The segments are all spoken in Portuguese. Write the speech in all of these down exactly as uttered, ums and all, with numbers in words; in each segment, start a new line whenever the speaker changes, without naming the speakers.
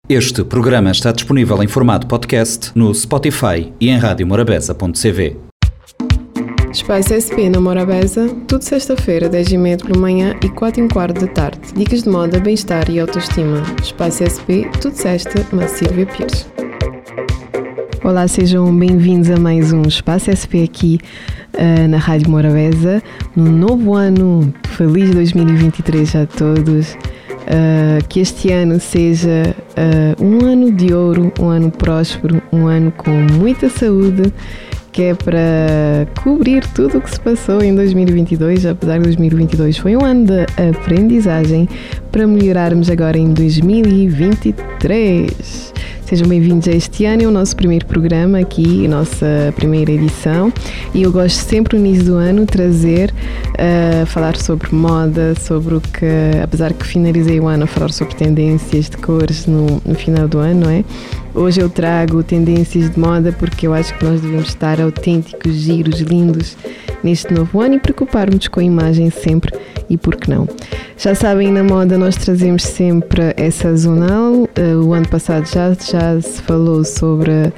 Este programa está disponível em formato podcast no Spotify e em rádio morabeza ponto c v.
Espaço S P na Morabeza, tudo sexta-feira, dez e meia pela manhã e quatro e quarto da tarde. Dicas de moda, bem-estar e autoestima. Espaço S P, tudo sexta, na Silvia Pires. Olá, sejam bem-vindos a mais um Espaço S P aqui uh, na Rádio Morabeza. No novo ano, feliz dois mil e vinte e três a todos. Uh, que este ano seja uh, um ano de ouro, um ano próspero, um ano com muita saúde, que é para cobrir tudo o que se passou em dois mil e vinte e dois, apesar de dois mil e vinte e dois foi um ano de aprendizagem, para melhorarmos agora em dois mil e vinte e três. Sejam bem-vindos a este ano, é o nosso primeiro programa aqui, a nossa primeira edição, e eu gosto sempre no início do ano trazer, uh, falar sobre moda, sobre o que, apesar que finalizei o ano a falar sobre tendências de cores no, no final do ano, não é? Hoje eu trago tendências de moda porque eu acho que nós devemos estar autênticos, giros, lindos neste novo ano e preocupar-nos com a imagem sempre, e por que não? Já sabem, na moda nós trazemos sempre essa sazonal. Uh, o ano passado já, já se falou sobre uh,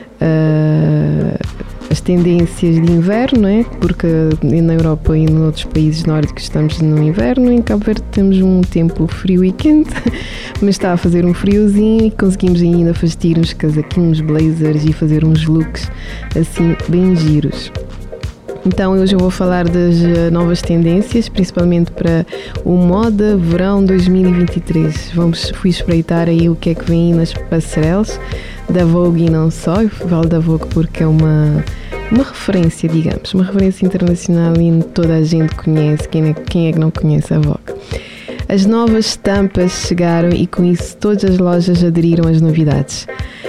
as tendências de inverno, não é? Porque na Europa e em outros países nórdicos estamos no inverno, em Cabo Verde temos um tempo frio e quente, mas está a fazer um friozinho e conseguimos ainda vestir uns casaquinhos, blazers e fazer uns looks assim bem giros. Então hoje eu vou falar das novas tendências, principalmente para o Moda Verão dois mil e vinte e três. Vamos fui espreitar aí o que é que vem nas passarelas da Vogue e não só. Eu falo da Vogue porque é uma, uma referência, digamos, uma referência internacional e toda a gente conhece. Quem é, quem é que não conhece a Vogue? As novas estampas chegaram e com isso todas as lojas aderiram às novidades.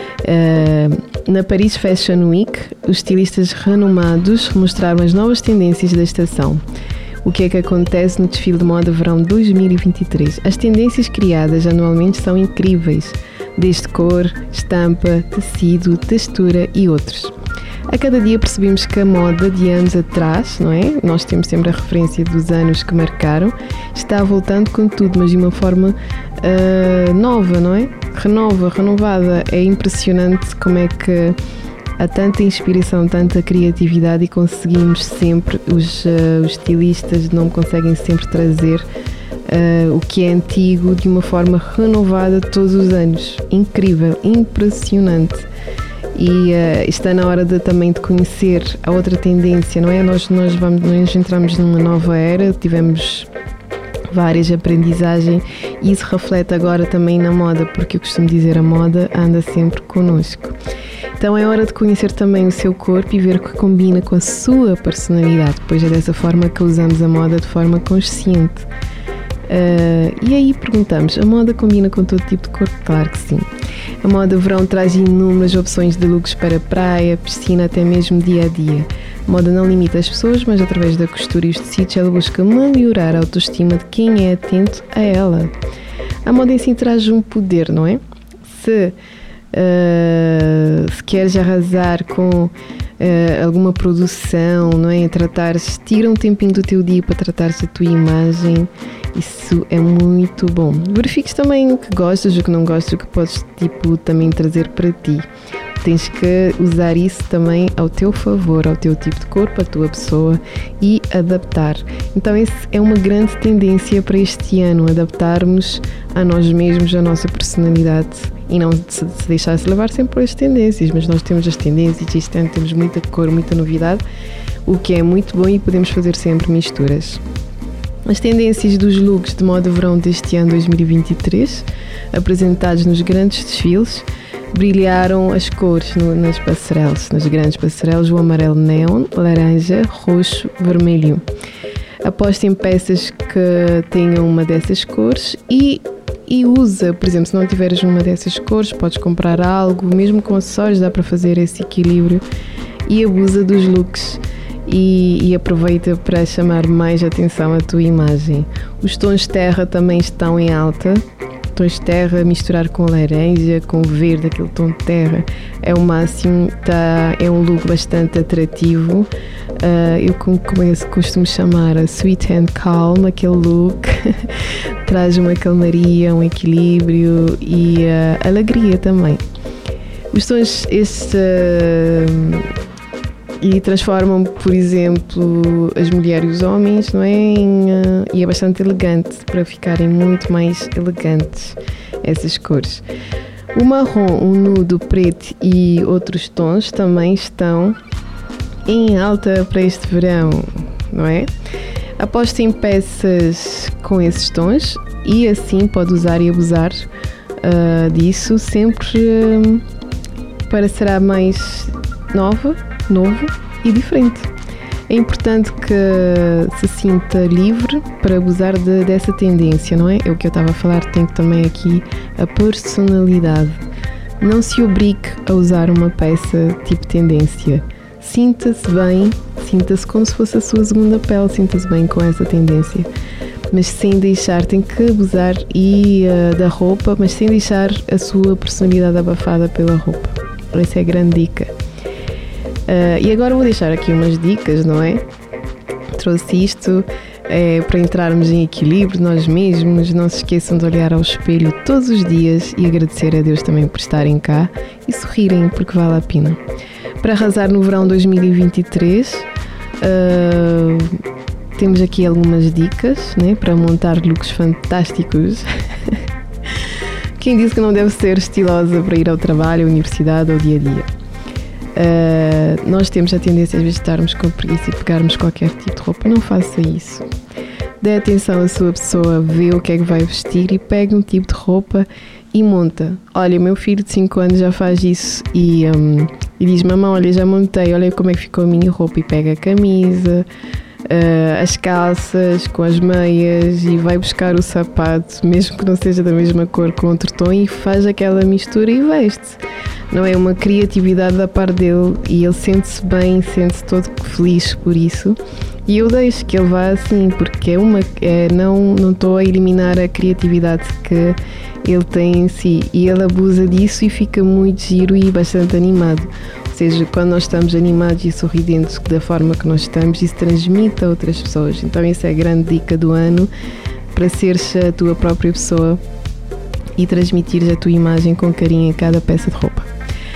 Uh, na Paris Fashion Week, os estilistas renomados mostraram as novas tendências da estação. O que é que acontece no desfile de moda verão dois mil e vinte e três? As tendências criadas anualmente são incríveis, desde cor, estampa, tecido, textura e outros. A cada dia percebemos que a moda de anos atrás, não é? Nós temos sempre a referência dos anos que marcaram, está voltando com tudo, mas de uma forma uh, nova, não é? Renova, renovada. É impressionante como é que há tanta inspiração, tanta criatividade e conseguimos sempre, os, uh, os estilistas não conseguem sempre trazer uh, o que é antigo de uma forma renovada todos os anos. Incrível, impressionante. E uh, está na hora de, também de conhecer a outra tendência, não é? Nós, nós, vamos, nós entramos numa nova era, tivemos várias aprendizagens e isso reflete agora também na moda, porque eu costumo dizer, a moda anda sempre connosco. Então é hora de conhecer também o seu corpo e ver o que combina com a sua personalidade, pois é dessa forma que usamos a moda de forma consciente. Uh, e aí perguntamos, a moda combina com todo tipo de corpo? Claro que sim. A moda verão traz inúmeras opções de looks para praia, piscina, até mesmo dia a dia. A moda não limita as pessoas, mas através da costura e os tecidos ela busca melhorar a autoestima de quem é atento a ela. A moda em si traz um poder, não é? Se, uh, se queres arrasar com Uh, alguma produção, não é? Tratares, tira um tempinho do teu dia para tratares a tua imagem, isso é muito bom. Verifiques também o que gostas, o que não gostas, o que podes tipo, também trazer para ti. Tens que usar isso também ao teu favor, ao teu tipo de corpo, à tua pessoa e adaptar. Então essa é uma grande tendência para este ano, adaptarmos a nós mesmos, a nossa personalidade e não se deixar-se levar sempre por as tendências, mas nós temos as tendências e este ano temos muita cor, muita novidade, o que é muito bom e podemos fazer sempre misturas. As tendências dos looks de moda verão deste ano dois mil e vinte e três, apresentados nos grandes desfiles, brilharam as cores no, nas passarelas, nas grandes passarelas, o amarelo neon, laranja, roxo, vermelho. Aposta em peças que tenham uma dessas cores e, e usa, por exemplo, se não tiveres uma dessas cores, podes comprar algo, mesmo com acessórios dá para fazer esse equilíbrio e abusa dos looks. E, e aproveita para chamar mais atenção à tua imagem. Os tons terra também estão em alta tons de terra, misturar com laranja, com verde, aquele tom de terra, é o máximo, tá, é um look bastante atrativo. Uh, eu como, como eu costumo chamar a sweet and calm, aquele look, traz uma calmaria, um equilíbrio e uh, alegria também. Os tons, este... Uh, e transformam, por exemplo, as mulheres e os homens, não é? Em, uh, e é bastante elegante, para ficarem muito mais elegantes essas cores. O marrom, o nude, o preto e outros tons também estão em alta para este verão, não é? Aposte em peças com esses tons e assim pode usar e abusar uh, disso sempre uh, para será mais nova, novo e diferente. É importante que se sinta livre para abusar de, dessa tendência, não é? É o que eu estava a falar, tem também aqui a personalidade. Não se obrigue a usar uma peça tipo tendência. Sinta-se bem, sinta-se como se fosse a sua segunda pele, sinta-se bem com essa tendência. Mas sem deixar, tem que abusar e, uh, da roupa, mas sem deixar a sua personalidade abafada pela roupa. Essa é a grande dica. Uh, e agora vou deixar aqui umas dicas, não é? Trouxe isto é, para entrarmos em equilíbrio nós mesmos. Não se esqueçam de olhar ao espelho todos os dias e agradecer a Deus também por estarem cá e sorrirem, porque vale a pena. Para arrasar no verão dois mil e vinte e três, uh, temos aqui algumas dicas, né, para montar looks fantásticos. Quem disse que não deve ser estilosa para ir ao trabalho, à universidade ou dia a dia? Uh, nós temos a tendência às vezes de estarmos com preguiça e pegarmos qualquer tipo de roupa. Não faça isso. Dê atenção à sua pessoa, vê o que é que vai vestir e pegue um tipo de roupa e monta. Olha, o meu filho de cinco anos já faz isso e, um, e diz: mamãe, olha, já montei, olha como é que ficou a minha roupa, e pega a camisa, uh, as calças com as meias e vai buscar o sapato, mesmo que não seja da mesma cor, com outro tom, e faz aquela mistura e veste. Não é uma criatividade da parte dele e ele sente-se bem, sente-se todo feliz por isso. E eu deixo que ele vá assim, porque é uma, é, não não estou a eliminar a criatividade que ele tem em si, e ele abusa disso e fica muito giro e bastante animado. Ou seja, quando nós estamos animados e sorridentes da forma que nós estamos, isso transmite a outras pessoas. Então essa é a grande dica do ano, para seres a tua própria pessoa e transmitires a tua imagem com carinho em cada peça de roupa.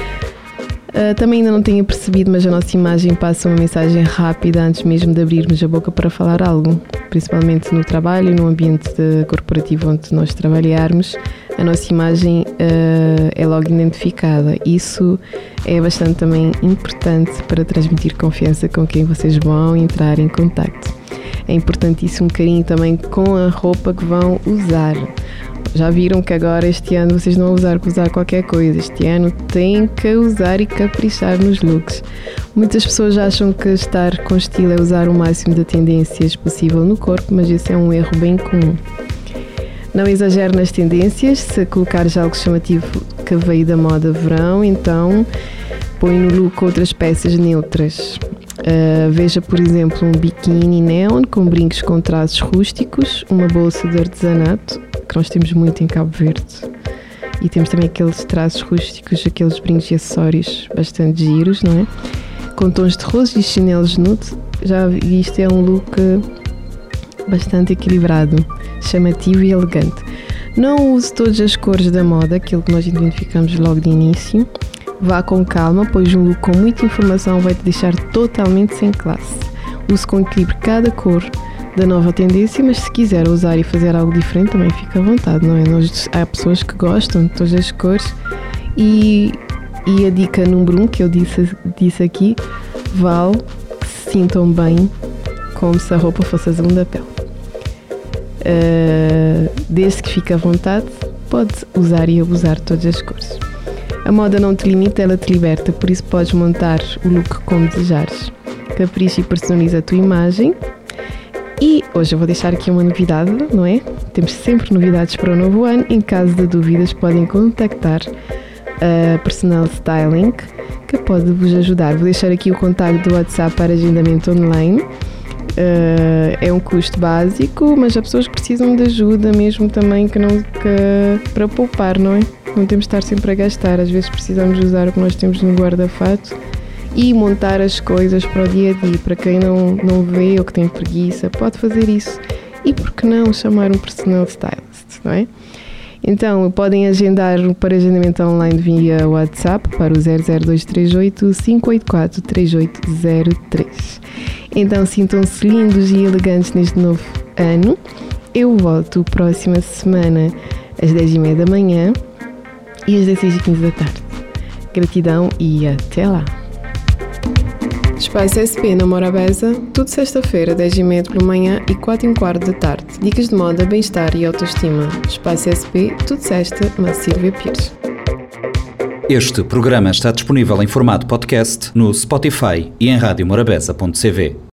Uh, também ainda não tinha percebido, mas a nossa imagem passa uma mensagem rápida antes mesmo de abrirmos a boca para falar algo, principalmente no trabalho e no ambiente de corporativo onde nós trabalharmos. A nossa imagem uh, é logo identificada. Isso é bastante também importante para transmitir confiança com quem vocês vão entrar em contacto. É importantíssimo um carinho também com a roupa que vão usar. Já viram que agora este ano vocês não vão usar, usar qualquer coisa. Este ano têm que usar e caprichar nos looks. Muitas pessoas acham que estar com estilo é usar o máximo de tendências possível no corpo, mas esse é um erro bem comum. Não exagere nas tendências. Se colocares algo chamativo que veio da moda verão, então põe no look outras peças neutras. Uh, veja, por exemplo, um biquíni neon com brincos com traços rústicos, uma bolsa de artesanato, que nós temos muito em Cabo Verde, e temos também aqueles traços rústicos, aqueles brincos e acessórios bastante giros, não é? Com tons de rosa e chinelos nude. Já vi, isto é um look bastante equilibrado, chamativo e elegante. Não use todas as cores da moda, aquilo que nós identificamos logo de início. Vá com calma, pois um look com muita informação vai te deixar totalmente sem classe. Use com equilíbrio cada cor da nova tendência, mas se quiser usar e fazer algo diferente, também fica à vontade, não é? Nós, há pessoas que gostam de todas as cores e, e a dica número um que eu disse, disse aqui, vale que se sintam bem como se a roupa fosse a segunda pele. Uh, desde que fique à vontade, pode usar e abusar de todas as cores. A moda não te limita, ela te liberta, por isso podes montar o look como desejares. Capricha e personaliza a tua imagem. E hoje eu vou deixar aqui uma novidade, não é? Temos sempre novidades para o novo ano. Em caso de dúvidas, podem contactar a Personal Styling, que pode vos ajudar. Vou deixar aqui o contacto do WhatsApp para agendamento online. uh, é um custo básico, mas há pessoas que precisam de ajuda mesmo também que não, que, para poupar, não é? Não temos de estar sempre a gastar, às vezes precisamos usar o que nós temos no guarda-fato e montar as coisas para o dia a dia. Para quem não, não vê ou que tem preguiça, pode fazer isso. E por que não chamar um personal stylist, não é? Então, podem agendar para agendamento online via WhatsApp para o zero zero dois três oito, cinco oito quatro, três oito zero três. Então, sintam-se lindos e elegantes neste novo ano. Eu volto próxima semana às dez e meia da manhã e às dezesseis e quinze da tarde. Gratidão e até lá! Espaço S P na Morabeza, tudo sexta-feira, dez e meia pela manhã e quatro e um quarto da tarde. Dicas de moda, bem-estar e autoestima. Espaço S P, tudo sexta, na Silvia Pires.
Este programa está disponível em formato podcast no Spotify e em rádio morabeza ponto c v.